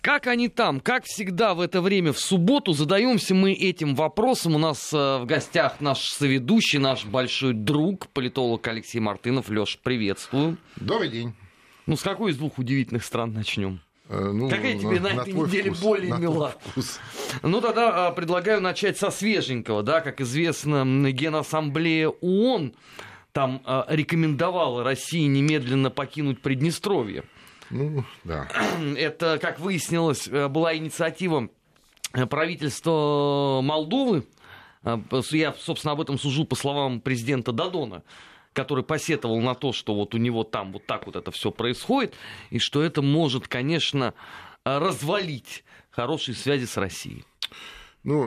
Как они там? Как всегда в это время в субботу задаемся мы этим вопросом. У нас в гостях наш соведущий, наш большой друг, политолог Алексей Мартынов. Лёш, приветствую. Добрый день. Ну, с какой из двух удивительных стран начнем? Какая тебе на этой неделе более мила? Ну, тогда предлагаю начать со свеженького. Да? Как известно, Генассамблея ООН там рекомендовала России немедленно покинуть Приднестровье. Ну, да. Это, как выяснилось, была инициатива правительства Молдовы. Я, собственно, об этом сужу по словам президента Додона, который посетовал на то, что вот у него там вот так вот это все происходит, и что это может, конечно, развалить хорошие связи с Россией. Ну,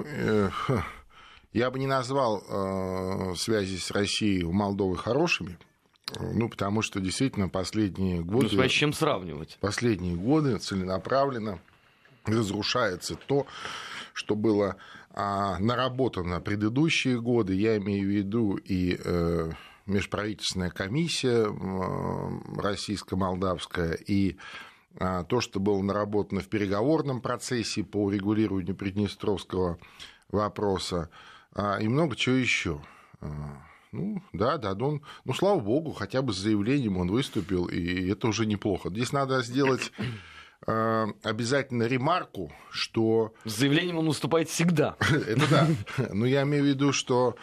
я бы не назвал связи с Россией у Молдовы хорошими, ну, потому что действительно последние годы... Ну, с чем сравнивать? Последние годы целенаправленно разрушается то, что было наработано предыдущие годы. Я имею в виду и межправительственная комиссия российско-молдавская, и то, что было наработано в переговорном процессе по урегулированию приднестровского вопроса, и много чего еще. Ну, да, Додон, ну, слава богу, хотя бы с заявлением он выступил, и это уже неплохо. Здесь надо сделать обязательно ремарку, что... С заявлением он выступает всегда. Это да. Но я имею в виду, что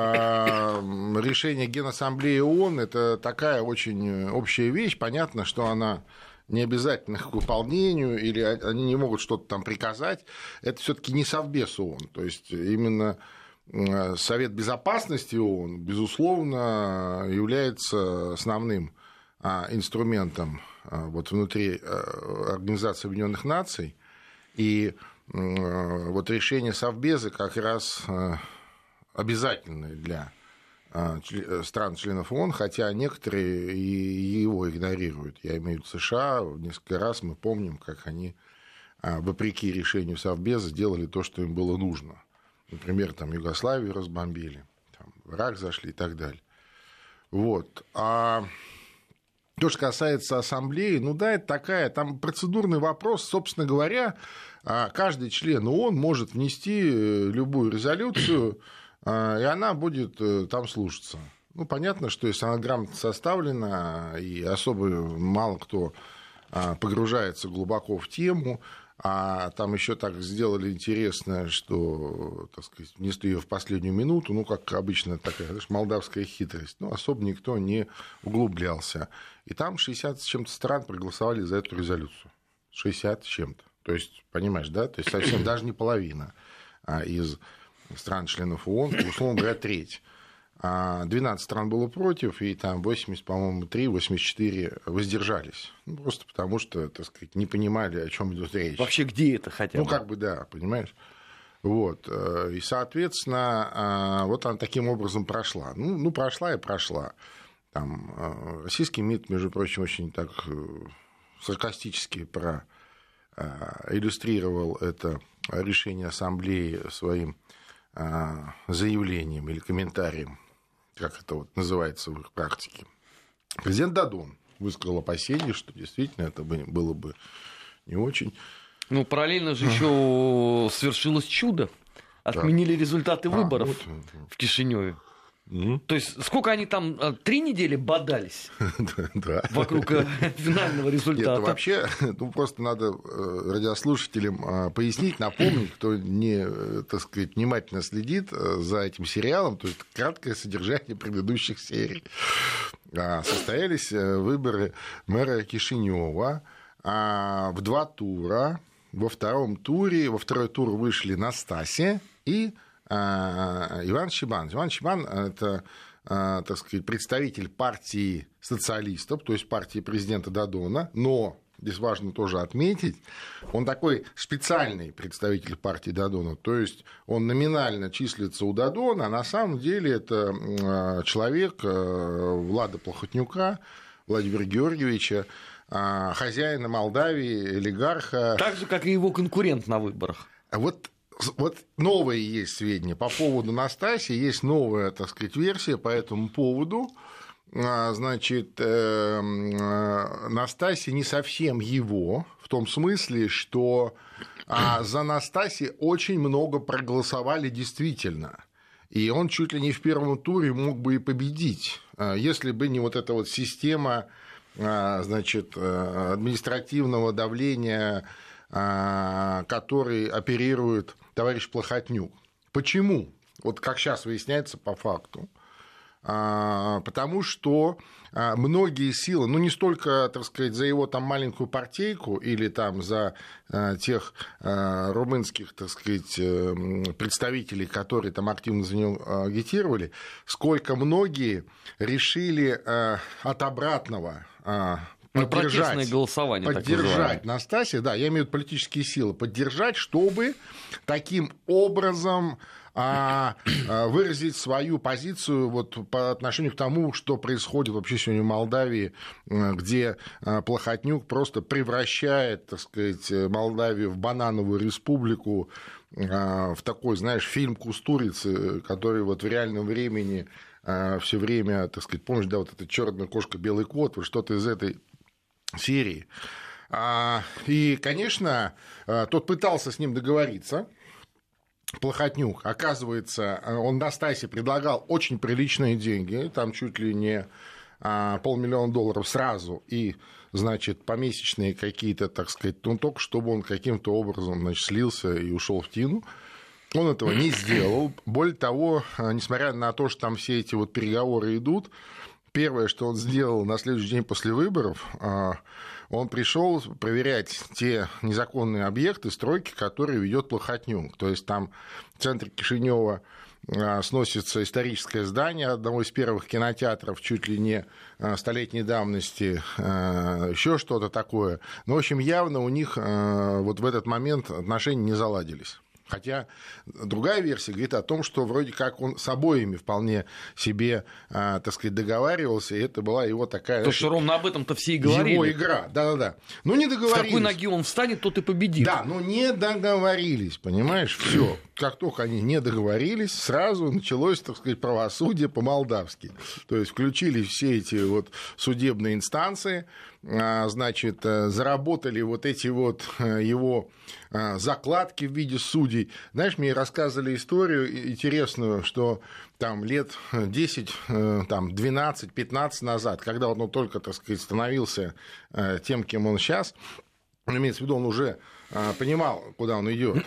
решение Генассамблеи ООН – это такая очень общая вещь. Понятно, что она не обязательна к выполнению, или они не могут что-то там приказать. Это все-таки не Совбез ООН. То есть именно Совет Безопасности ООН, безусловно, является основным инструментом вот внутри Организации Объединенных Наций, и вот решение Совбеза как раз обязательное для стран-членов ООН, хотя некоторые и его игнорируют. Я имею в виду США, несколько раз мы помним, как они, вопреки решению Совбеза, сделали то, что им было нужно. Например, там Югославию разбомбили, там, в Ирак зашли и так далее. Вот. А то, что касается ассамблеи, ну да, это такая, там процедурный вопрос, собственно говоря, каждый член ООН может внести любую резолюцию, и она будет там слушаться. Ну, понятно, что если она грамотно составлена, и особо мало кто погружается глубоко в тему, а там еще так сделали интересно, что, так сказать, внесли ее в последнюю минуту, ну, как обычно такая, знаешь, молдавская хитрость. Ну, особо никто не углублялся. И там 60 с чем-то стран проголосовали за эту резолюцию. 60 с чем-то. То есть, понимаешь, да? То есть, совсем даже не половина из стран-членов ООН, условно говоря, треть. 12 стран было против, и там 80, по-моему, 84 воздержались. Ну, просто потому что, так сказать, не понимали, о чем идет речь. Вообще, где это хотя бы? Ну, как бы, да, понимаешь? Вот. И, соответственно, вот она таким образом прошла. Ну, прошла и прошла. Там, российский МИД, между прочим, очень так саркастически проиллюстрировал это решение Ассамблеи своим заявлением или комментарием, как это вот называется в их практике. Президент Додон высказал опасения, что действительно это было бы не очень. Ну, параллельно же еще свершилось чудо. Отменили результаты выборов в Кишиневе. То есть, сколько они там, 3 недели бодались вокруг финального результата? Нет, вообще, ну, просто надо радиослушателям пояснить, напомнить, кто не, так сказать, внимательно следит за этим сериалом, то есть краткое содержание предыдущих серий. Состоялись выборы мэра Кишинева в 2 тура. Во второй тур вышли Настасья и Иван Чибан. Иван Чибан – это, так сказать, представитель партии социалистов, то есть партии президента Додона, но, здесь важно тоже отметить, он такой специальный представитель партии Додона, то есть он номинально числится у Додона, а на самом деле это человек Влада Плохотнюка, Владимира Георгиевича, хозяина Молдавии, олигарха. Так же, как и его конкурент на выборах. Вот новые есть сведения по поводу Настасьи, есть новая, так сказать, версия по этому поводу. значит, Настасья не совсем его, в том смысле, что за Настасью очень много проголосовали действительно. И он чуть ли не в первом туре мог бы и победить, если бы не вот эта вот система, значит, административного давления, который оперирует товарищ Плохотнюк. Почему? Вот как сейчас выясняется по факту. Потому что многие силы, ну, не столько, так сказать, за его там маленькую партейку или там за тех румынских, так сказать, представителей, которые там активно за него агитировали, сколько многие решили от обратного поддержать Настасью, да, я имею в виду политические силы, поддержать, чтобы таким образом выразить свою позицию вот по отношению к тому, что происходит вообще сегодня в Молдавии, где Плохотнюк просто превращает, так сказать, Молдавию в банановую республику, в такой, знаешь, фильм Кустурицы, который вот в реальном времени все время, так сказать, помнишь, да, вот эта черная кошка, белый кот, вот что-то из этой серии. И, конечно, тот пытался с ним договориться, Плохотнюк. Оказывается, он Настасье предлагал очень приличные деньги, там чуть ли не $500 000 сразу, и, значит, помесячные какие-то, так сказать, ну, только чтобы он каким-то образом, значит, слился и ушел в тину. Он этого не сделал. Более того, несмотря на то, что там все эти вот переговоры идут, первое, что он сделал на следующий день после выборов, он пришел проверять те незаконные объекты, стройки, которые ведет Плохотнюк. То есть там в центре Кишинева сносится историческое здание одного из первых кинотеатров, чуть ли не столетней давности, еще что-то такое. Но, в общем, явно у них вот в этот момент отношения не заладились. Хотя другая версия говорит о том, что вроде как он с обоими вполне себе, так сказать, договаривался, и это была его такая... То, что ровно об этом-то все и говорили. Его игра, да-да-да. Ну, не договорились. С какой ноги он встанет, тот и победит. Да, но не договорились, понимаешь, все. Как только они не договорились, сразу началось, так сказать, правосудие по-молдавски. То есть включились все эти вот судебные инстанции, значит, заработали вот эти вот его закладки в виде судей. Знаешь, мне рассказывали историю интересную, что там лет 10, там, 12, 15 назад, когда он только, так сказать, становился тем, кем он сейчас, имеется в виду, он уже понимал, куда он идет.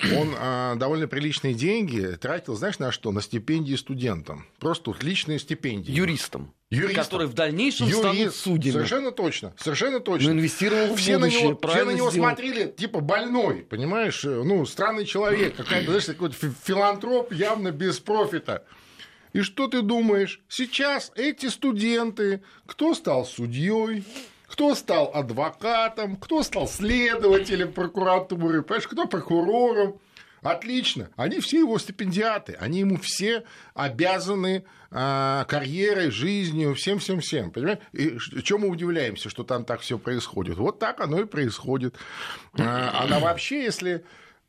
Он довольно приличные деньги тратил, знаешь, на что? На стипендии студентам. Просто вот личные стипендии. Юристам. Которые в дальнейшем станут судьями. Совершенно точно, совершенно точно. Но инвестировал в все будущее, все на него смотрели, типа, больной, понимаешь? Ну, странный человек, какая-то, знаешь, такой филантроп явно без профита. И что ты думаешь? Сейчас эти студенты, кто стал судьей, кто стал адвокатом, кто стал следователем прокуратуры, понимаешь, кто прокурором. Отлично. Они все его стипендиаты, они ему все обязаны карьерой, жизнью, всем-всем-всем. Понимаешь? И чем мы удивляемся, что там так все происходит? Вот так оно и происходит. Она вообще, если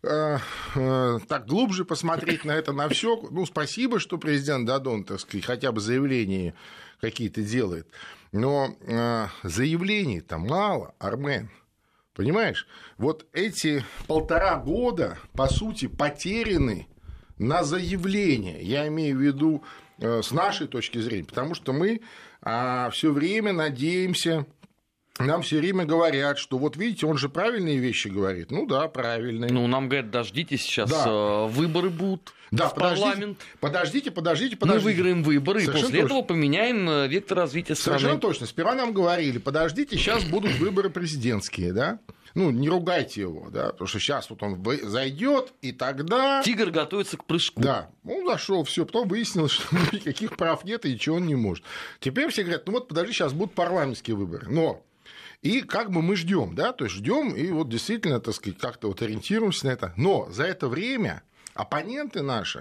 так глубже посмотреть на это, на все, ну, спасибо, что президент Додон, так сказать, хотя бы заявления какие-то делает. Но заявлений-то мало, Армен. Понимаешь? Вот эти 1,5 года, по сути, потеряны на заявления. Я имею в виду с нашей точки зрения, потому что мы все время надеемся, нам все время говорят, что вот видите, он же правильные вещи говорит. Ну да, правильные. Ну, нам говорят, дождитесь, сейчас выборы будут. Да, в парламент. Подождите. Мы выиграем выборы, совершенно и после этого поменяем вектор развития страны. Совершенно точно. Сперва нам говорили, подождите, сейчас будут выборы президентские, да? Ну, не ругайте его, да, потому что сейчас вот он зайдет, и тогда... Тигр готовится к прыжку. Да, он зашел, все, потом выяснилось, что никаких прав нет, и ничего он не может. Теперь все говорят, ну вот подожди, сейчас будут парламентские выборы. Но и как бы мы ждем, да, то есть ждем и вот действительно, так сказать, как-то вот ориентируемся на это. Но за это время оппоненты наши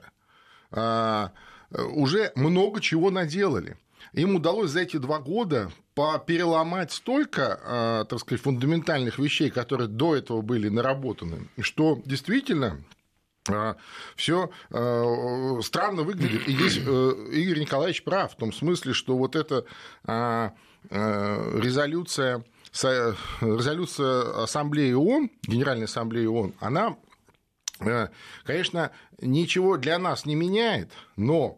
уже много чего наделали. Им удалось за эти 2 года переломать столько, так сказать, фундаментальных вещей, которые до этого были наработаны, что действительно все странно выглядит. И здесь Игорь Николаевич прав в том смысле, что вот эта резолюция Ассамблеи ООН, Генеральной Ассамблеи ООН, она, конечно, ничего для нас не меняет, но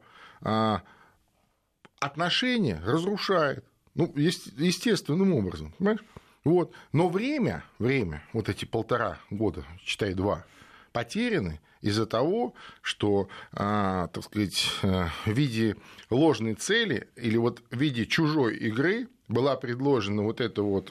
отношения разрушает, ну, естественным образом, понимаешь? Вот. Но время, вот эти 1,5 года, считай 2, потеряны из-за того, что, так сказать, в виде ложной цели или вот в виде чужой игры была предложена вот эта вот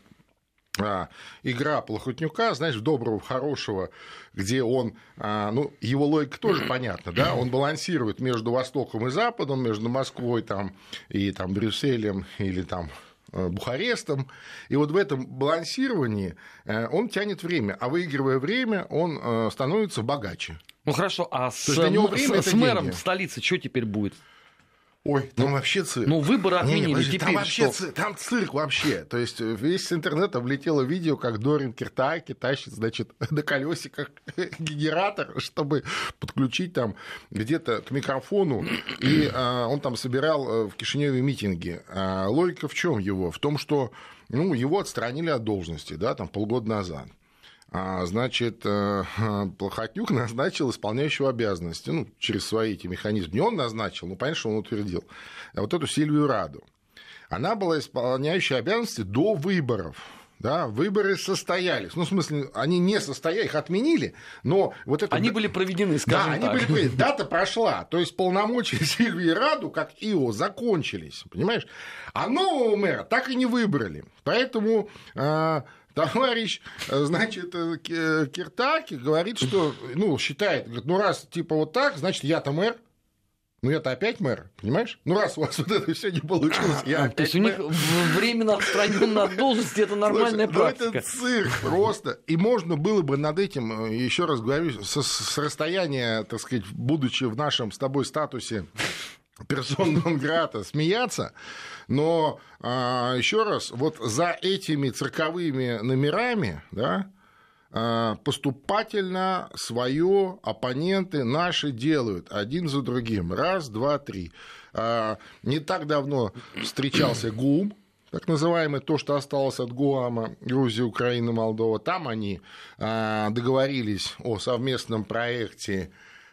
игра Плохотнюка, знаешь, в доброго, в хорошего, где он, ну, его логика тоже понятна, да, он балансирует между Востоком и Западом, между Москвой там, и там, Брюсселем или там Бухарестом, и вот в этом балансировании он тянет время, а выигрывая время, он становится богаче. Ну хорошо, а с мэром столицы что теперь будет? Ой, там вообще цирк. Ну, выборы отменили, теперь там вообще что? Там цирк вообще. То есть весь с интернета влетело видео, как Дорин Киртааки тащит, значит, на колесиках генератор, чтобы подключить там где-то к микрофону. И он там собирал в Кишиневе митинги. Логика в чем его? В том, что его отстранили от должности, да, там полгода назад. Значит, Плохотнюк назначил исполняющего обязанности, ну, через свои эти механизмы. Не он назначил, ну, понятно, что он утвердил. А вот эту Сильвию Раду. Она была исполняющей обязанности до выборов. Да, выборы состоялись. Ну, в смысле, они не состоялись, их отменили, но вот это... Они были проведены, скажем так. Да, они были проведены. Дата прошла. То есть полномочия Сильвии Раду, как ИО, закончились. Понимаешь? А нового мэра так и не выбрали. Поэтому... Товарищ, значит, Киртааки говорит, что, ну, считает, говорит, ну, раз типа вот так, значит, я-то мэр, ну, я-то опять мэр, понимаешь? Ну, раз у вас вот это все не получилось, я опять мэр. То есть у них временно отстранённо от должности, это нормальная практика. Ну, это цирк просто. И можно было бы над этим, еще раз говорю, с расстояния, так сказать, будучи в нашем с тобой статусе персона нон грата, смеяться, но еще раз, вот за этими цирковыми номерами, да, поступательно свое оппоненты наши делают один за другим. Раз, два, три. Не так давно встречался ГУМ, так называемый, то, что осталось от ГУАМа, Грузия, Украина, Молдова. Там они договорились о совместном проекте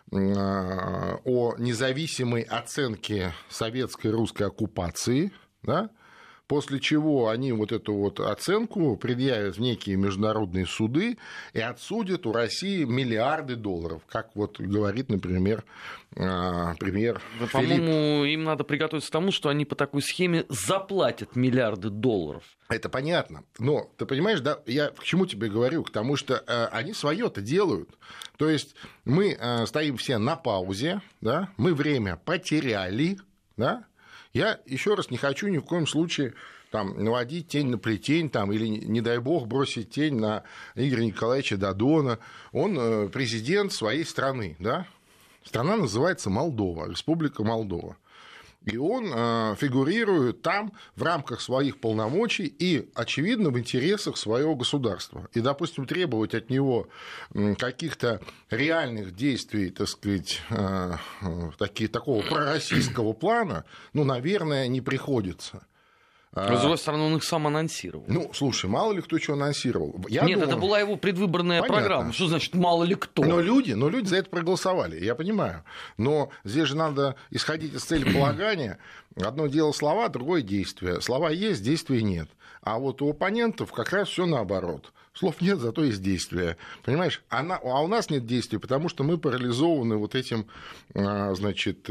о независимой оценке советской и русской оккупации, да, после чего они вот эту вот оценку предъявят в некие международные суды и отсудят у России миллиарды долларов, как вот говорит, например, премьер да, Филипп. По-моему, им надо приготовиться к тому, что они по такой схеме заплатят миллиарды долларов. Это понятно. Но ты понимаешь, да, я к чему тебе говорю? К тому, что они свое-то делают. То есть мы стоим все на паузе, да, мы время потеряли, да. Я еще раз не хочу ни в коем случае там, наводить тень на плетень там, или, не дай бог, бросить тень на Игоря Николаевича Додона. Он президент своей страны. Да? Страна называется Молдова, Республика Молдова. И он фигурирует там в рамках своих полномочий и, очевидно, в интересах своего государства. И, допустим, требовать от него каких-то реальных действий, так сказать, такого пророссийского плана, ну, наверное, не приходится. Но, с другой стороны, он их сам анонсировал. Ну, слушай, мало ли кто что анонсировал. Нет, это была его предвыборная программа. Что значит мало ли кто? Но люди за это проголосовали, я понимаю. Но здесь же надо исходить из целеполагания. Одно дело слова, другое действие. Слова есть, действия нет. А вот у оппонентов как раз все наоборот. Слов нет, зато есть действия. Понимаешь? А у нас нет действий, потому что мы парализованы вот этим, значит,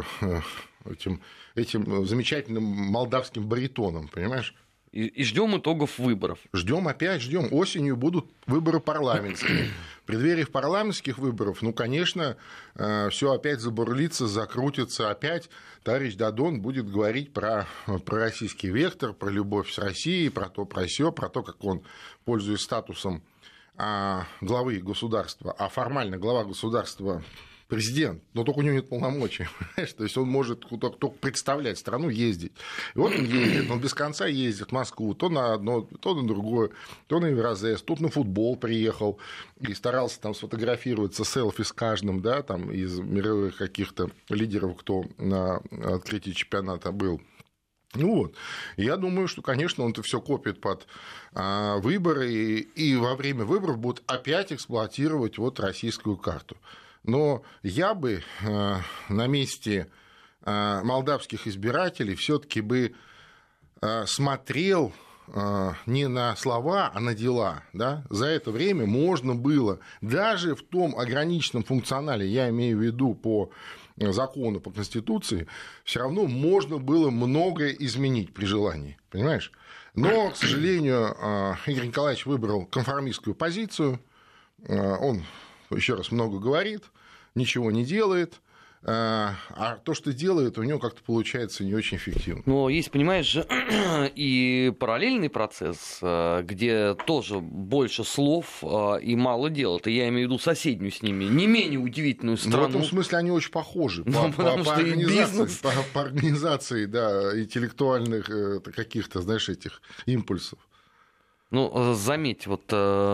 этим замечательным молдавским баритоном, понимаешь? И ждем итогов выборов. Ждем. Осенью будут выборы парламентские. В преддверии парламентских выборов, ну, конечно, все опять забурлится, закрутится. Опять товарищ Додон будет говорить про российский вектор, про любовь с Россией, про то, про сё, про то, как он, пользуясь статусом главы государства, а формально глава государства президент, но только у него нет полномочий, понимаешь? То есть он может только представлять страну, ездить. И вот он ездит, он без конца ездит в Москву, то на одно, то на другое, то на Евразес, тут на футбол приехал и старался там сфотографироваться, селфи с каждым, да, там из мировых каких-то лидеров, кто на открытии чемпионата был. Ну вот, я думаю, что, конечно, он это все копит под выборы, и во время выборов будут опять эксплуатировать вот российскую карту. Но я бы на месте молдавских избирателей все-таки бы смотрел не на слова, а на дела. Да? За это время можно было, даже в том ограниченном функционале, я имею в виду по закону, по Конституции, все равно можно было многое изменить при желании. Понимаешь? Но, к сожалению, Игорь Николаевич выбрал конформистскую позицию. Он, еще раз, много говорит, ничего не делает. А то, что делает, у него как-то получается не очень эффективно. Но есть, понимаешь, и параллельный процесс, где тоже больше слов и мало дел. Это я имею в виду соседнюю с ними, не менее удивительную страну. Но в этом смысле они очень похожи. По организации, да, интеллектуальных каких-то, знаешь, этих импульсов. Ну, заметь, вот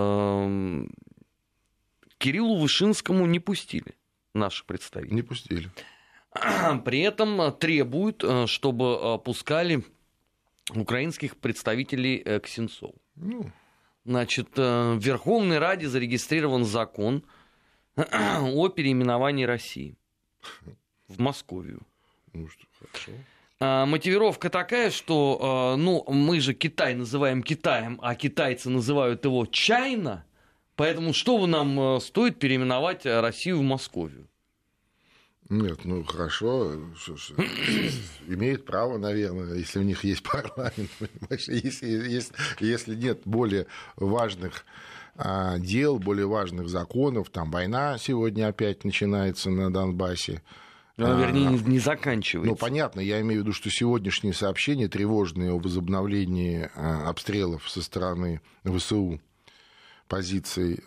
Кириллу Вышинскому не пустили наши представители. Не пустили. При этом требуют, чтобы пускали украинских представителей к Сенцову. Значит, в Верховной Раде зарегистрирован закон о переименовании России в Московию. Ну что, хорошо. Мотивировка такая, что мы же Китай называем Китаем, а китайцы называют его Чайна. Поэтому что нам стоит переименовать Россию в Московию? Нет, ну хорошо, имеет право, наверное, если у них есть парламент, понимаешь, если нет более важных дел, более важных законов, там война сегодня опять начинается на Донбассе. Вернее, не заканчивается. Ну, понятно, я имею в виду, что сегодняшние сообщения тревожные о возобновлении обстрелов со стороны ВСУ позиций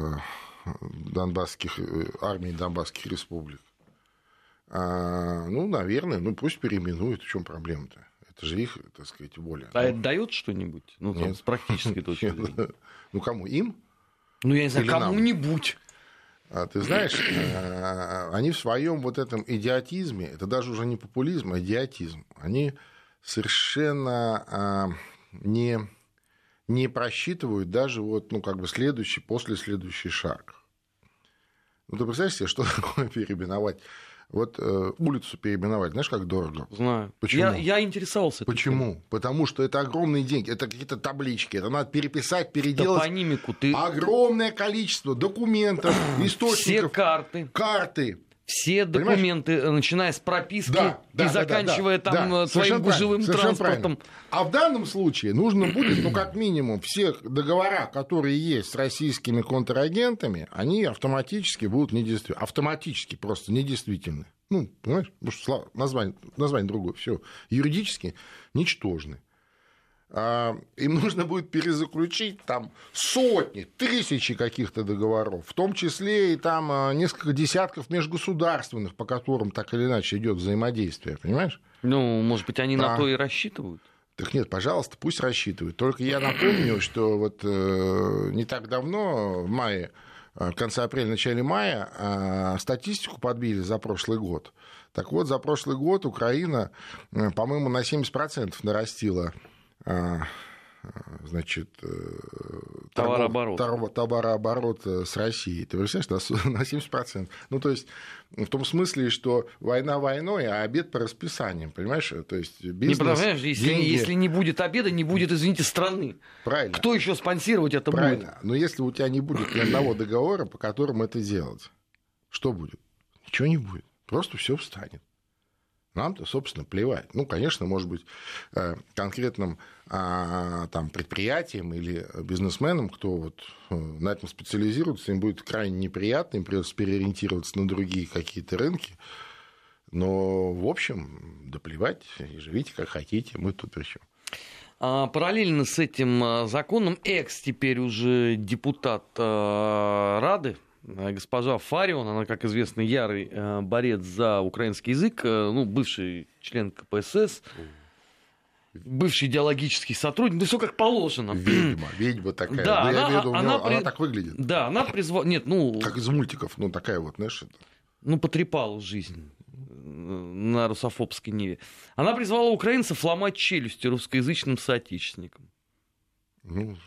армии Донбасских республик. Наверное, пусть переименуют, в чем проблема-то? Это же их, так сказать, воля. А это дает что-нибудь? С практической точки зрения. Кому? Им? Я не знаю, кому-нибудь. Ты знаешь, они в своем вот этом идиотизме, это даже уже не популизм, а идиотизм, они совершенно не просчитывают даже следующий шаг. Ты представляешь себе, что такое переименовать? Улицу переименовать, знаешь, как дорого? Знаю. Почему? Я интересовался. Почему? Потому что это огромные деньги, это какие-то таблички, это надо переписать, переделать. Топонимику огромное количество документов, источников. Все карты. Все документы, понимаешь? Начиная с прописки и заканчивая своим гужевым транспортом. А в данном случае нужно будет, как минимум, все договора, которые есть с российскими контрагентами, они автоматически будут недействительны. Автоматически просто недействительны. Понимаешь? Название другое. Все. Юридически ничтожны. Им нужно будет перезаключить там сотни, тысячи каких-то договоров, в том числе и там несколько десятков межгосударственных, по которым так или иначе идет взаимодействие, понимаешь? Может быть, они на то и рассчитывают? Так нет, пожалуйста, пусть рассчитывают. Только я напомню, что не так давно, в мае, в конце апреля, начале мая, статистику подбили за прошлый год. Так вот, за прошлый год Украина, по-моему, на 70% нарастила товарооборот с Россией. Ты представляешь, на 70%. То есть, в том смысле, что война войной, а обед по расписаниям, понимаешь? То есть, бизнес, не понимаешь, если не будет обеда, не будет, извините, страны. Правильно. Кто еще спонсировать это будет? Правильно. Но если у тебя не будет ни одного договора, по которому это делать, что будет? Ничего не будет. Просто все встанет. Нам-то, собственно, плевать. Конечно, может быть, конкретным предприятиям или бизнесменам, кто на этом специализируется, им будет крайне неприятно, им придется переориентироваться на другие какие-то рынки. Но, в общем, да плевать, живите как хотите, мы тут при чем. Параллельно с этим законом теперь уже депутат Рады госпожа Фаріон, она, как известно, ярый борец за украинский язык, ну, бывший член КПСС, бывший идеологический сотрудник, ну, все как положено. Ведьма такая. Да, она так выглядит. Да, она призвала... Нет, ну... Как из мультиков, ну, такая вот, знаешь... Ну, потрепала жизнь на русофобской ниве. Она призвала украинцев ломать челюсти русскоязычным соотечественникам. Ну,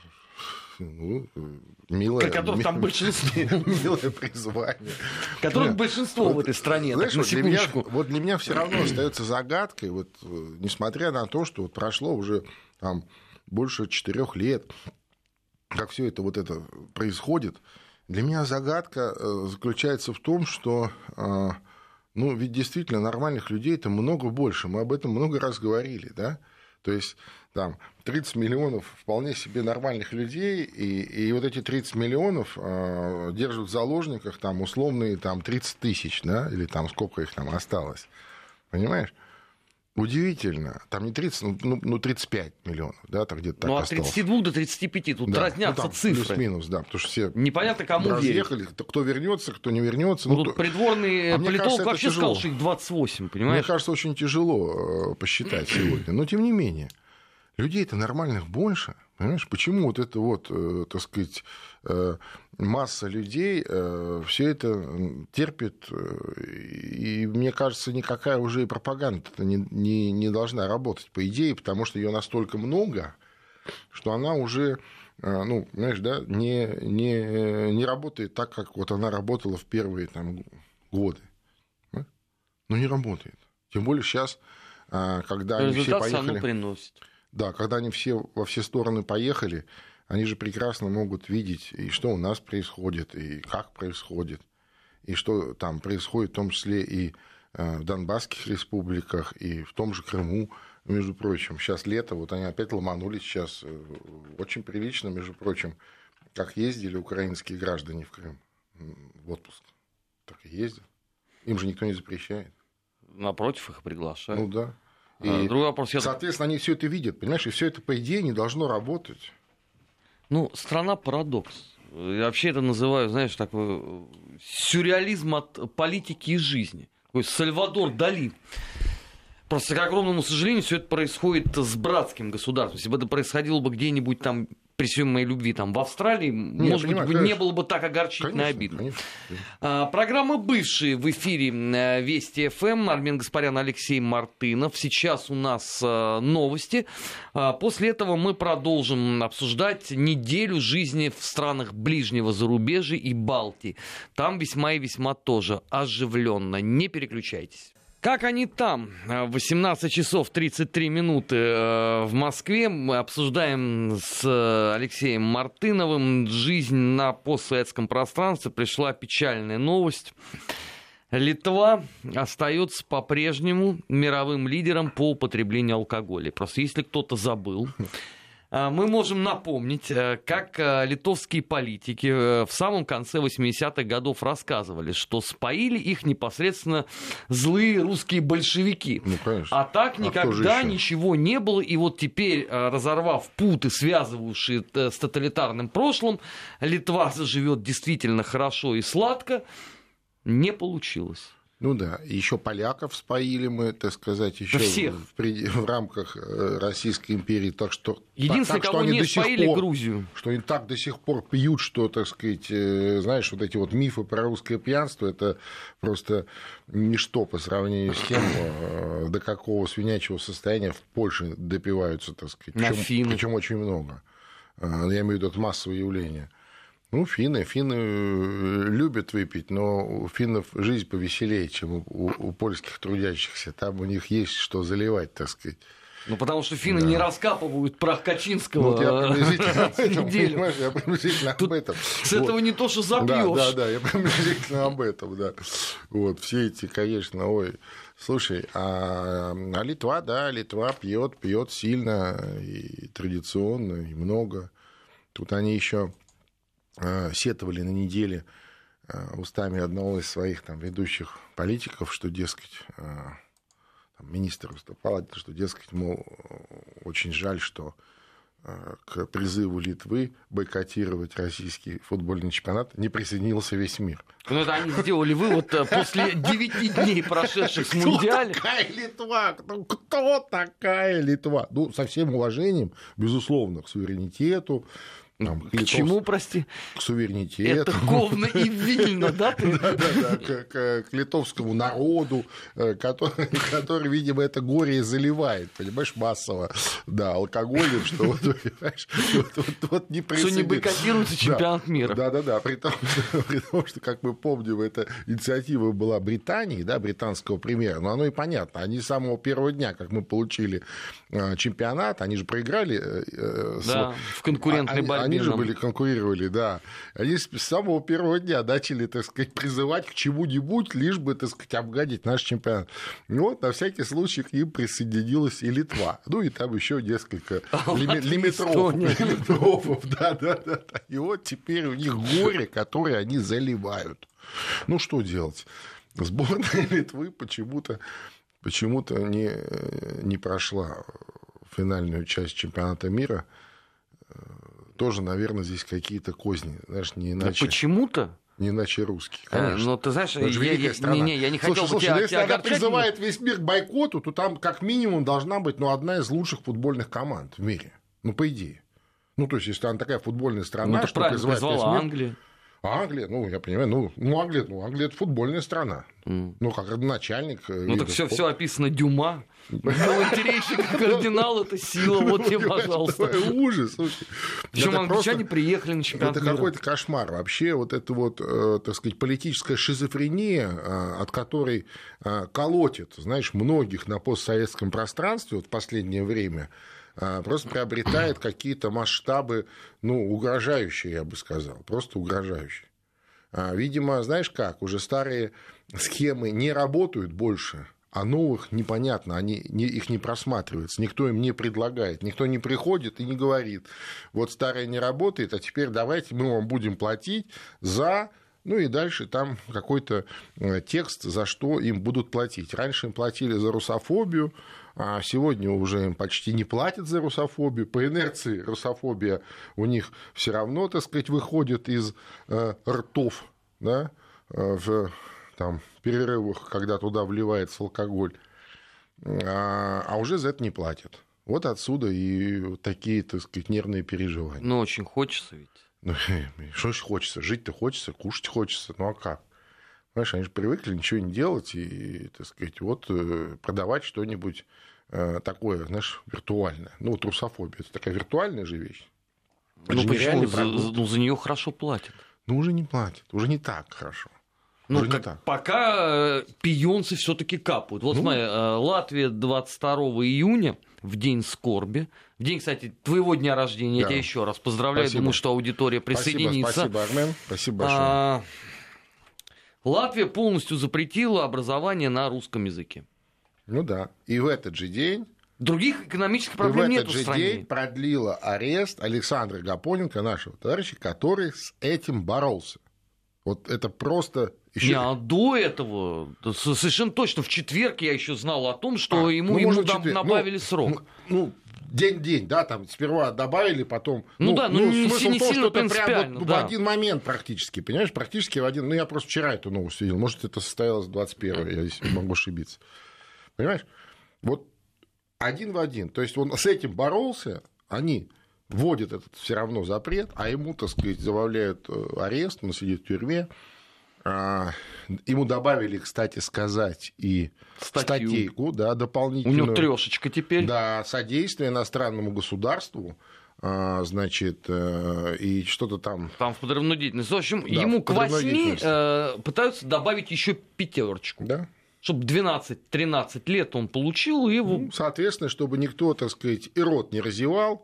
милое... Которых там большинство. Милое призвание. Которых большинство в этой стране. Знаешь, для меня все равно остается загадкой, вот, несмотря на то, что вот прошло уже там больше 4 лет, как все это вот это происходит, для меня загадка заключается в том, что, ну, ведь действительно нормальных людей это много больше. Мы об этом много раз говорили, да? То есть там 30 миллионов вполне себе нормальных людей, и вот эти 30 миллионов держат в заложниках там условные там 30 тысяч, да, или там сколько их там осталось, понимаешь? Удивительно, там не 30, ну 35 миллионов, да, так где-то так осталось. Ну, от 32 до 35, тут да, разнятся цифры. Плюс-минус, да, потому что все непонятно, кому разъехали, кто вернется, кто не вернется. Ну, тут придворный политолог вообще сказал, что их 28, понимаешь? Мне кажется, очень тяжело посчитать сегодня, но тем не менее. Людей-то нормальных больше, понимаешь? Почему вот это вот, так сказать, масса людей все это терпит, и мне кажется, никакая уже и пропаганда не должна работать, по идее, потому что ее настолько много, что она уже, ну, знаешь, да, не работает так, как вот она работала в первые там годы. Ну, не работает. Тем более сейчас, когда они все поехали... Да, когда они все во все стороны поехали, они же прекрасно могут видеть, и что у нас происходит, и как происходит, и что там происходит в том числе и в Донбасских республиках, и в том же Крыму, между прочим. Сейчас лето, вот они опять ломанулись сейчас очень прилично, между прочим, как ездили украинские граждане в Крым в отпуск. Так и ездят. Им же никто не запрещает. Напротив, их приглашают. Ну да. И, вопрос, соответственно, они все это видят, понимаешь, и все это, по идее, не должно работать. Ну, страна парадокс. Я вообще это называю, знаешь, такой сюрреализм от политики и жизни. Такой Сальвадор Дали. Просто, к огромному сожалению, все это происходит с братским государством. Если бы это происходило бы где-нибудь там, при всей моей любви, там, в Австралии, может быть, конечно, не было бы так огорчительно и обидно. Конечно. Программа «Бывшие» в эфире Вести ФМ. Армен Гаспарян, Алексей Мартынов. Сейчас у нас новости. После этого мы продолжим обсуждать неделю жизни в странах ближнего зарубежья и Балтии. Там весьма и весьма тоже оживленно. Не переключайтесь. Как они там? 18 часов 33 минуты в Москве. Мы обсуждаем с Алексеем Мартыновым жизнь на постсоветском пространстве. Пришла печальная новость. Литва остается по-прежнему мировым лидером по употреблению алкоголя. Просто если кто-то забыл, мы можем напомнить, как литовские политики в самом конце 80-х годов рассказывали, что споили их непосредственно злые русские большевики. Ну, конечно. А так никогда ничего не было. И вот теперь, разорвав путы, связывающие с тоталитарным прошлым, Литва заживет действительно хорошо и сладко. Не получилось. Ну да, еще поляков споили мы, так сказать, еще в рамках Российской империи. Так что, единственное, кого не споили, Грузию. Что они так до сих пор пьют, что, так сказать, знаешь, вот эти вот мифы про русское пьянство, это просто ничто по сравнению с тем, до какого свинячьего состояния в Польше допиваются, так сказать. Причем очень много. Я имею в виду, это массовое явление. Ну, финны любят выпить, но у финнов жизнь повеселее, чем у польских трудящихся. Там у них есть что заливать, так сказать. Ну, потому что финны не раскапывают прах Качинского. Вот я приблизительно об этом, понимаешь, я приблизительно об этом. С этого не то, что запьёшь. Да, я приблизительно об этом, да. Вот, все эти, конечно, Слушай, а Литва, да, Литва пьет сильно и традиционно, и много. Тут они еще сетовали на неделе устами одного из своих там ведущих политиков, что, дескать, министр выступал, что, дескать, мол, очень жаль, что к призыву Литвы бойкотировать российский футбольный чемпионат не присоединился весь мир. Ну, это они сделали вывод после 9 дней, прошедших с Мундиаля. Кто такая Литва? Кто такая Литва? Ну, со всем уважением, безусловно, к суверенитету. К чему, прости? К суверенитету. Это Ковна и Вильна, да? Да, к литовскому народу, который, видимо, это горе и заливает, понимаешь, массово, да, алкоголем, что вот, понимаешь, вот не Что не бойкотируется чемпионат мира. Да, при том, что, как мы помним, эта инициатива была Британии, да, британского премьера, но оно и понятно, они с самого первого дня, как мы получили чемпионат, они же проиграли. Да, в конкурентной борьбе. Они же конкурировали, да. Они с самого первого дня начали, так сказать, призывать к чему-нибудь, лишь бы, так сказать, обгадить наш чемпионат. Ну вот, на всякий случай к ним присоединилась и Литва. Ну, и там еще несколько лимитрофов. Да. И вот теперь у них горе, которое они заливают. Ну, что делать? Сборная Литвы почему-то не прошла финальную часть чемпионата мира. Тоже, наверное, здесь какие-то козни, знаешь, не иначе. Почему-то? Не иначе русские, конечно. Но ты знаешь, я не хотел бы тебя если она призывает весь мир к бойкоту, то там как минимум должна быть одна из лучших футбольных команд в мире. Ну, по идее. Ну, то есть, если она такая футбольная страна, что призывает весь мир... Англия. Англия, я понимаю, Англия это футбольная страна. Ну, как родоначальник. Ну, так все описано Дюма. Галантерейщик и кардинал — это сила, вот тебе, пожалуйста. Ужас, слушай. Причем англичане приехали на чемпионат мира. Это какой-то кошмар. Вообще, вот эта вот, так сказать, политическая шизофрения, от которой колотит, знаешь, многих на постсоветском пространстве вот в последнее время, просто приобретает какие-то масштабы, угрожающие, я бы сказал, просто угрожающие. Видимо, знаешь как, уже старые схемы не работают больше, а новых непонятно, их не просматривается, никто им не предлагает, никто не приходит и не говорит, вот старое не работает, а теперь давайте мы вам будем платить за... Ну и дальше там какой-то текст, за что им будут платить. Раньше им платили за русофобию, а сегодня уже им почти не платят за русофобию. По инерции русофобия у них все равно, так сказать, выходит из ртов, да, в перерывах, когда туда вливается алкоголь, а уже за это не платят. Вот отсюда и такие, так сказать, нервные переживания. Ну, очень хочется ведь. Что ж хочется? Жить-то хочется, кушать хочется. Ну, а как? Понимаешь, они же привыкли ничего не делать и, так сказать, продавать что-нибудь такое, знаешь, виртуальное. Ну, вот русофобия — это такая виртуальная же вещь. Ну, почему? За нее хорошо платят. Ну, уже не платят, уже не так хорошо. Ну, пока пионцы все-таки капают. Вот смотри, Латвия 22 июня, в день скорби, в день, кстати, твоего дня рождения, я тебя еще раз поздравляю, спасибо. Думаю, что аудитория присоединится. Спасибо, Армен, спасибо большое. Латвия полностью запретила образование на русском языке. Ну да, и в этот же день... Других экономических проблем нет в стране. И в этот же день продлила арест Александра Гапоненко, нашего товарища, который с этим боролся. Вот это просто... до этого, совершенно точно, в четверг я еще знал о том, что ему добавили срок. День-день, да, там сперва добавили, потом... смысл в том, что это прям в один момент практически, понимаешь, практически в один... я просто вчера эту новость видел, может, это состоялось 21-го, я здесь могу ошибиться. Понимаешь? Вот один в один. То есть он с этим боролся, они вводят этот все равно запрет, а ему, так сказать, добавляют арест, он сидит в тюрьме. Ему добавили, кстати сказать, и статейку, да, дополнительную. У него 3 теперь. Да, содействие иностранному государству, значит, и что-то там... Там в подрывную деятельность. В общем, да, ему к 8 пытаются добавить еще 5. Да. Чтобы 12-13 лет он получил, и его... соответственно, чтобы никто, так сказать, и рот не разевал,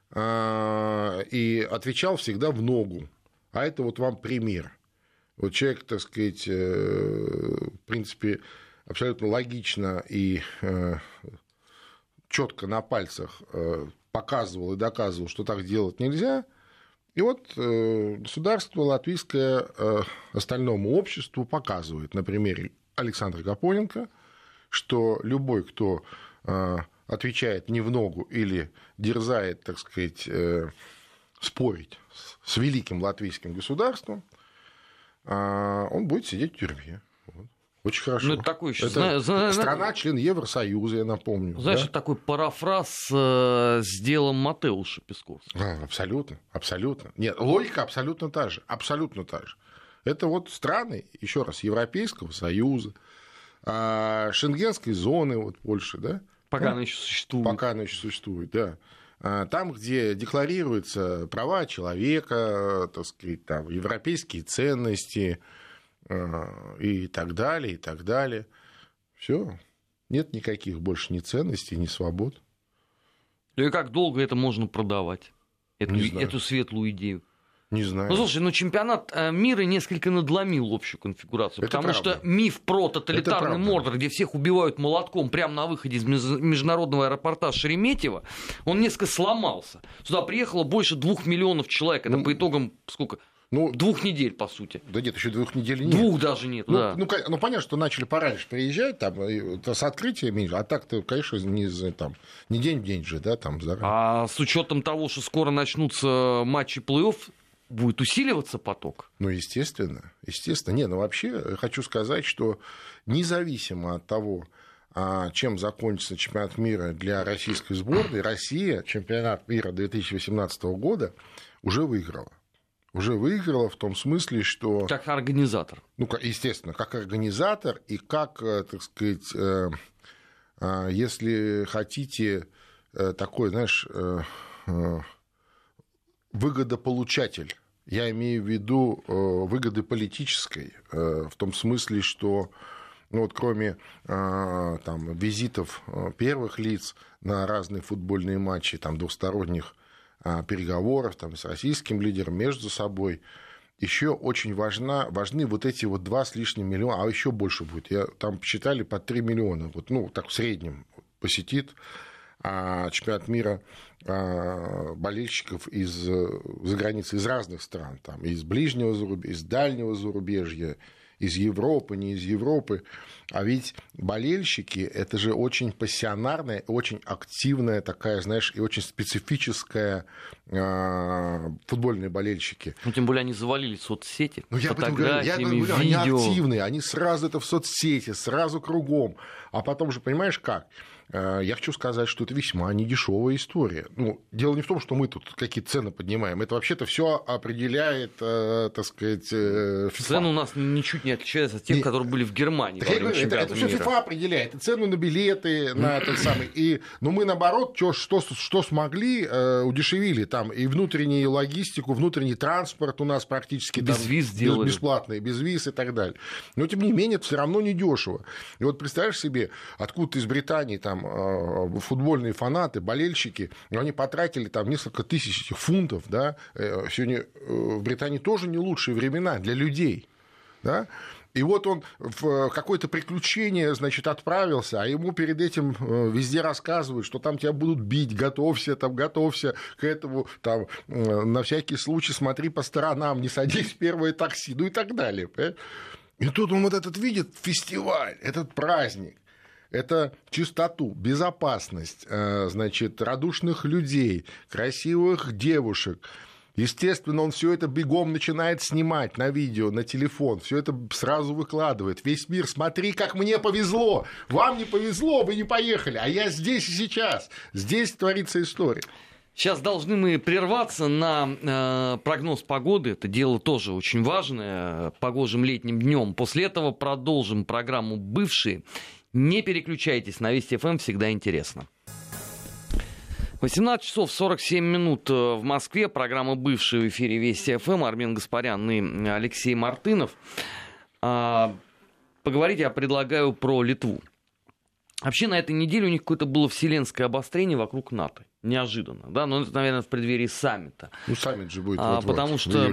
и отвечал всегда в ногу. А это вот вам пример. Вот человек, так сказать, в принципе, абсолютно логично и четко на пальцах показывал и доказывал, что так делать нельзя. И вот государство латвийское остальному обществу показывает на примере Александра Гапоненко, что любой, кто отвечает не в ногу или дерзает, так сказать, спорить с великим латвийским государством, он будет сидеть в тюрьме. Вот. Очень хорошо. Ну, это такой еще, страна-член Евросоюза, я напомню. Знаешь, да? Это такой парафраз с делом Матеуша Песковского. Абсолютно, абсолютно. Нет, логика абсолютно та же. Абсолютно та же. Это вот страны, еще раз, Европейского Союза, Шенгенской зоны, вот Польши, да? Пока она еще существует. Пока она еще существует, да. Там, где декларируются права человека, так сказать, там, европейские ценности и так далее, и так далее. Все. Нет никаких больше ни ценностей, ни свобод. Ну и как долго это можно продавать? Эту светлую идею? Не знаю. Ну, слушай, чемпионат мира несколько надломил общую конфигурацию, это потому правда. что миф про тоталитарный Мордор, где всех убивают молотком прямо на выходе из международного аэропорта Шереметьево, он несколько сломался. Сюда приехало больше 2 миллионов человек. Это по итогам сколько? 2 недель, по сути. Да нет, еще 2 недель нет. 2 даже нет, да. Ну, понятно, что начали пораньше приезжать, там, с открытиями, а так-то, конечно, не день в день же, да, там, заранее. А с учетом того, что скоро начнутся матчи плей-офф, будет усиливаться поток? Ну, естественно. Не, вообще хочу сказать, что независимо от того, чем закончится чемпионат мира для российской сборной, Россия чемпионат мира 2018 года уже выиграла. Уже выиграла в том смысле, что... Как организатор. Ну, естественно, как организатор и как, так сказать, если хотите, такой, знаешь, выгодополучатель. Я имею в виду выгоды политической, в том смысле, что кроме визитов первых лиц на разные футбольные матчи, двусторонних переговоров с российским лидером между собой, еще очень важны вот эти 2 с лишним миллиона, а еще больше будет. Там посчитали по 3 миллиона, так в среднем посетит чемпионат мира болельщиков из-за границы, из разных стран, из ближнего зарубежья, из дальнего зарубежья, из Европы, не из Европы. А ведь болельщики – это же очень пассионарная, очень активная такая, знаешь, и очень специфическая футбольные болельщики. Тем более они завалили соцсети фотографиями, видео. Они активные, они сразу это в соцсети, сразу кругом. А потом же, понимаешь, как? Я хочу сказать, что это весьма недешевая история. Дело не в том, что мы тут какие-то цены поднимаем. Это вообще-то все определяет, так сказать, FIFA. Цены у нас ничуть не отличаются от тех, которые были в Германии. Это все FIFA определяет. И цену на билеты, на этот самый. Но мы, наоборот, что смогли, удешевили. И внутреннюю логистику, внутренний транспорт у нас практически без виз сделали. Бесплатный, без виз и так далее. Но, тем не менее, это все равно недешево. И вот представляешь себе, откуда из Британии футбольные фанаты, болельщики, они потратили несколько тысяч фунтов, да, сегодня в Британии тоже не лучшие времена для людей, да, и вот он в какое-то приключение, значит, отправился, а ему перед этим везде рассказывают, что там тебя будут бить, готовься к этому, на всякий случай смотри по сторонам, не садись в первое такси, и так далее, понимаешь? И тут он этот видит фестиваль, этот праздник. Это чистоту, безопасность, значит, радушных людей, красивых девушек. Естественно, он все это бегом начинает снимать на видео, на телефон, все это сразу выкладывает. Весь мир, смотри, как мне повезло, вам не повезло, вы не поехали, а я здесь и сейчас. Здесь творится история. Сейчас должны мы прерваться на прогноз погоды. Это дело тоже очень важное, погожим летним днем. После этого продолжим программу «Бывшие». Не переключайтесь, на Вести ФМ всегда интересно. 18 часов 47 минут в Москве. Программа «Бывшие» в эфире Вести ФМ. Армен Гаспарян и Алексей Мартынов. Поговорить я предлагаю про Литву. Вообще на этой неделе у них какое-то было вселенское обострение вокруг НАТО. Неожиданно, да, но это, наверное, в преддверии саммита. Ну, саммит же будет вот-вот. Потому что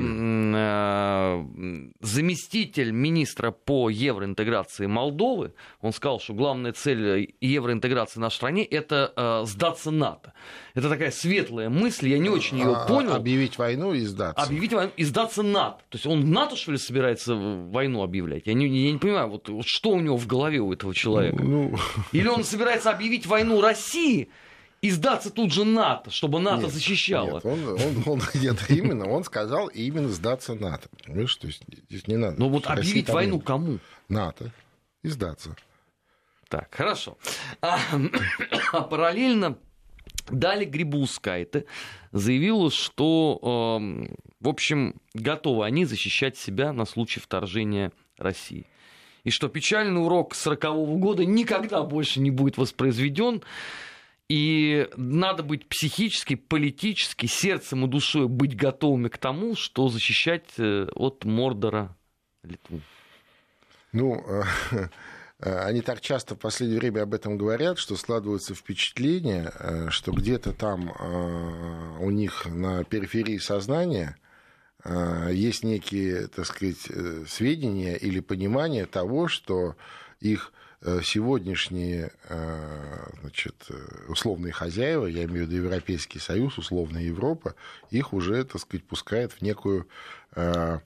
заместитель министра по евроинтеграции Молдовы, он сказал, что главная цель евроинтеграции в нашей стране — это сдаться НАТО. Это такая светлая мысль, я не очень ее понял. Объявить войну и сдаться. Объявить войну и сдаться НАТО. То есть он в НАТО, что ли, собирается войну объявлять? Я не понимаю, вот что у него в голове у этого человека. Или он собирается объявить войну России и сдаться тут же НАТО, чтобы НАТО защищало. Нет, он сказал именно сдаться НАТО. Понимаешь, то есть здесь не надо. Но вот объявить войну кому? НАТО. И сдаться. Так, хорошо. Параллельно Даля Грибаускайте заявила, что, в общем, готовы они защищать себя на случай вторжения России. И что печальный урок 1940 года никогда больше не будет воспроизведен. И надо быть психически, политически, сердцем и душой быть готовыми к тому, что защищать от Мордора Литву. Ну, они так часто в последнее время об этом говорят, что складывается впечатление, что где-то там у них на периферии сознания есть некие, так сказать, сведения или понимание того, что их сегодняшние, значит, условные хозяева, я имею в виду Европейский Союз, условная Европа, их уже, так сказать, пускает в некую, в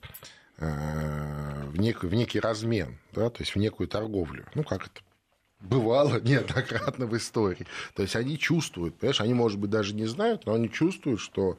некий размен, да, то есть в некую торговлю. Ну, как это бывало неоднократно в истории. То есть они чувствуют, понимаешь, они, может быть, даже не знают, но они чувствуют, что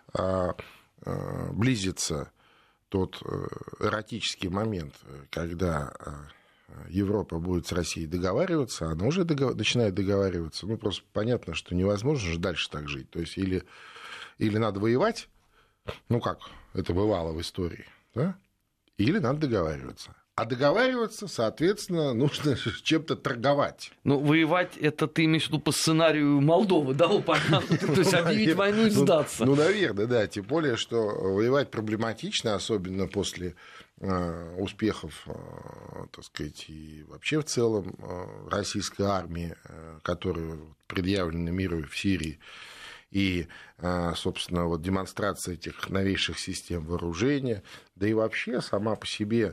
близится тот эротический момент, когда Европа будет с Россией договариваться, она уже начинает договариваться. Ну, просто понятно, что невозможно же дальше так жить. То есть или надо воевать, ну, как это бывало в истории, да? Или надо договариваться. А договариваться, соответственно, нужно чем-то торговать. Ну, воевать, это ты имеешь в виду по сценарию Молдовы, да, понятно? То есть объявить войну и сдаться. Ну, наверное, да. Тем более, что воевать проблематично, особенно после успехов, так сказать, и вообще в целом российской армии, которая предъявлена миру в Сирии, и, собственно, вот демонстрация этих новейших систем вооружения, да и вообще сама по себе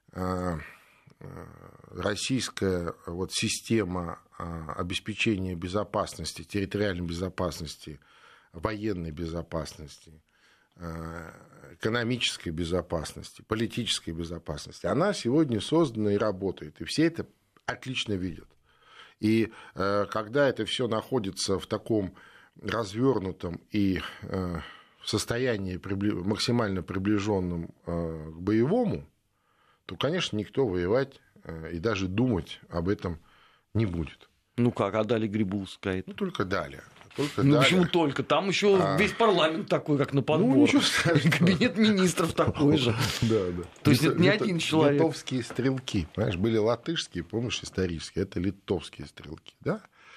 российская вот система обеспечения безопасности, территориальной безопасности, военной безопасности, экономической безопасности, политической безопасности, она сегодня создана и работает, и все это отлично видят. И когда это все находится в таком развернутом и в состоянии максимально приближенном к боевому, то, конечно, никто воевать и даже думать об этом не будет. Ну как, а Даля Грибаускайте? Ну, только Даля. Ну, почему только? Там еще весь парламент такой, как на подбор. Ну, кабинет министров такой же. Да, да. То есть это не один человек. Литовские стрелки. Понимаешь, были латышские, помнишь, исторические. Это литовские стрелки, да?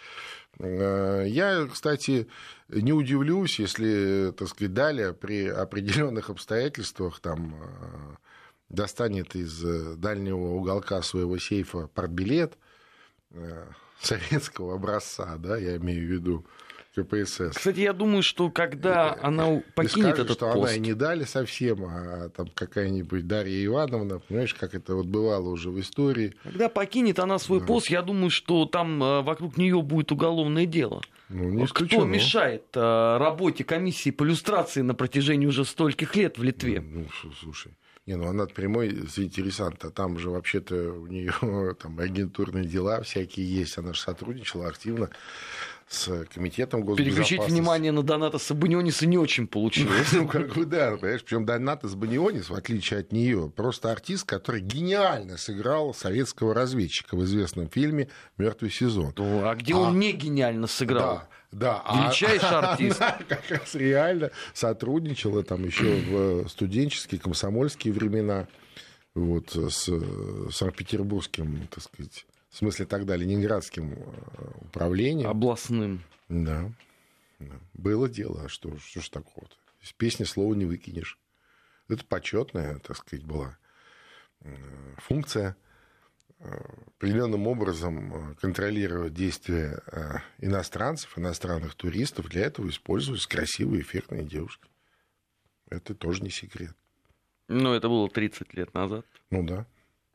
Я, кстати, не удивлюсь, если, так сказать, Даля при определенных обстоятельствах там достанет из дальнего уголка своего сейфа партбилет советского образца, да, я имею в виду КПСС. Кстати, я думаю, что когда она покинет скажет, этот что пост... она и не Даля совсем, а там какая-нибудь Дарья Ивановна, понимаешь, как это вот бывало уже в истории. Когда покинет она свой пост, я думаю, что там вокруг нее будет уголовное дело. Ну, не кто мешает работе комиссии по люстрации на протяжении уже стольких лет в Литве? Ну, слушай. Ну она прямой заинтересант, а там же вообще-то у нее там агентурные дела всякие есть, она же сотрудничала активно с комитетом госбезопасности. Переключить внимание на Донатаса Баниониса не очень получилось. Ну, как бы да, понимаешь, причем Донатас Банионис, в отличие от нее, просто артист, который гениально сыграл советского разведчика в известном фильме «Мертвый сезон». А где он не гениально сыграл? Да, величайший артист. Она как раз реально сотрудничала там еще в студенческие, комсомольские времена вот, с Санкт-Петербургским, так сказать, в смысле тогда Ленинградским управлением. Областным. Да. Было дело, а что ж такого-то? Из песни слова не выкинешь. Это почетная, так сказать, была функция определенным образом контролировать действия иностранцев, иностранных туристов. Для этого используются красивые, эффектные девушки. Это тоже не секрет. Ну, это было 30 лет назад. Ну да.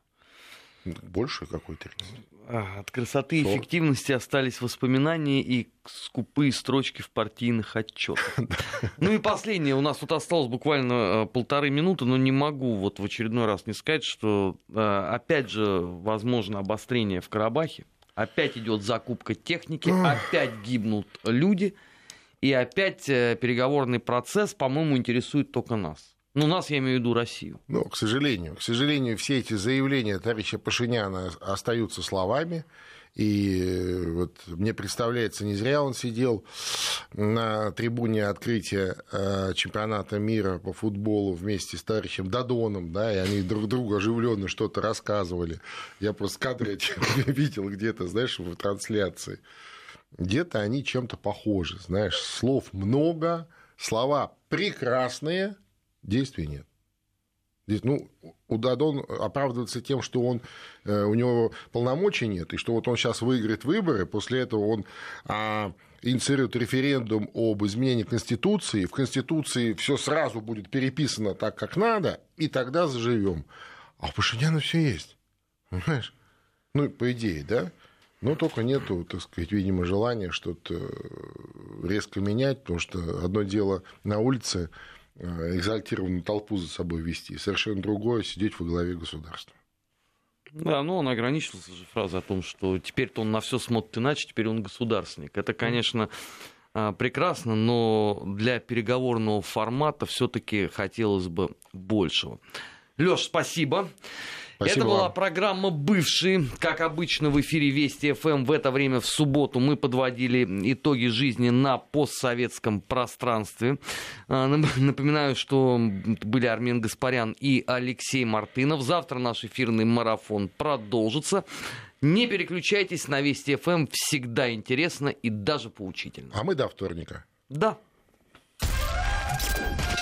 Больше какой 30? От красоты и эффективности остались воспоминания и скупые строчки в партийных отчетах. Ну и последнее. У нас тут осталось буквально 1,5 минуты, но не могу вот в очередной раз не сказать, что опять же возможно обострение в Карабахе. Опять идет закупка техники, опять гибнут люди, и опять переговорный процесс, по-моему, интересует только нас. Ну, нас, я имею в виду Россию. Ну, к сожалению, все эти заявления товарища Пашиняна остаются словами. И вот мне представляется, не зря он сидел на трибуне открытия чемпионата мира по футболу вместе с товарищем Додоном, да, и они друг другу оживленно что-то рассказывали. Я просто кадры эти видел где-то, знаешь, в трансляции. Где-то они чем-то похожи, знаешь, слов много, слова прекрасные, действий нет. Здесь, ну, у Додон оправдывается тем, что у него полномочий нет, и что вот он сейчас выиграет выборы, после этого он инициирует референдум об изменении Конституции, в Конституции все сразу будет переписано так, как надо, и тогда заживем. А у Пашиняна все есть, понимаешь? Ну, по идее, да? Но только нету, так сказать, видимо, желания что-то резко менять, потому что одно дело на улице экзальтированную толпу за собой вести, совершенно другое сидеть во главе государства. Да, ну он ограничился же фразой о том, что теперь-то он на все смотрит иначе, теперь он государственник. Это, конечно, прекрасно, но для переговорного формата все-таки хотелось бы большего. Лёш, спасибо. Это была программа «Бывшие». Как обычно, в эфире Вести ФМ в это время в субботу мы подводили итоги жизни на постсоветском пространстве. Напоминаю, что были Армен Гаспарян и Алексей Мартынов. Завтра наш эфирный марафон продолжится. Не переключайтесь, на Вести ФМ всегда интересно и даже поучительно. А мы до вторника. Да.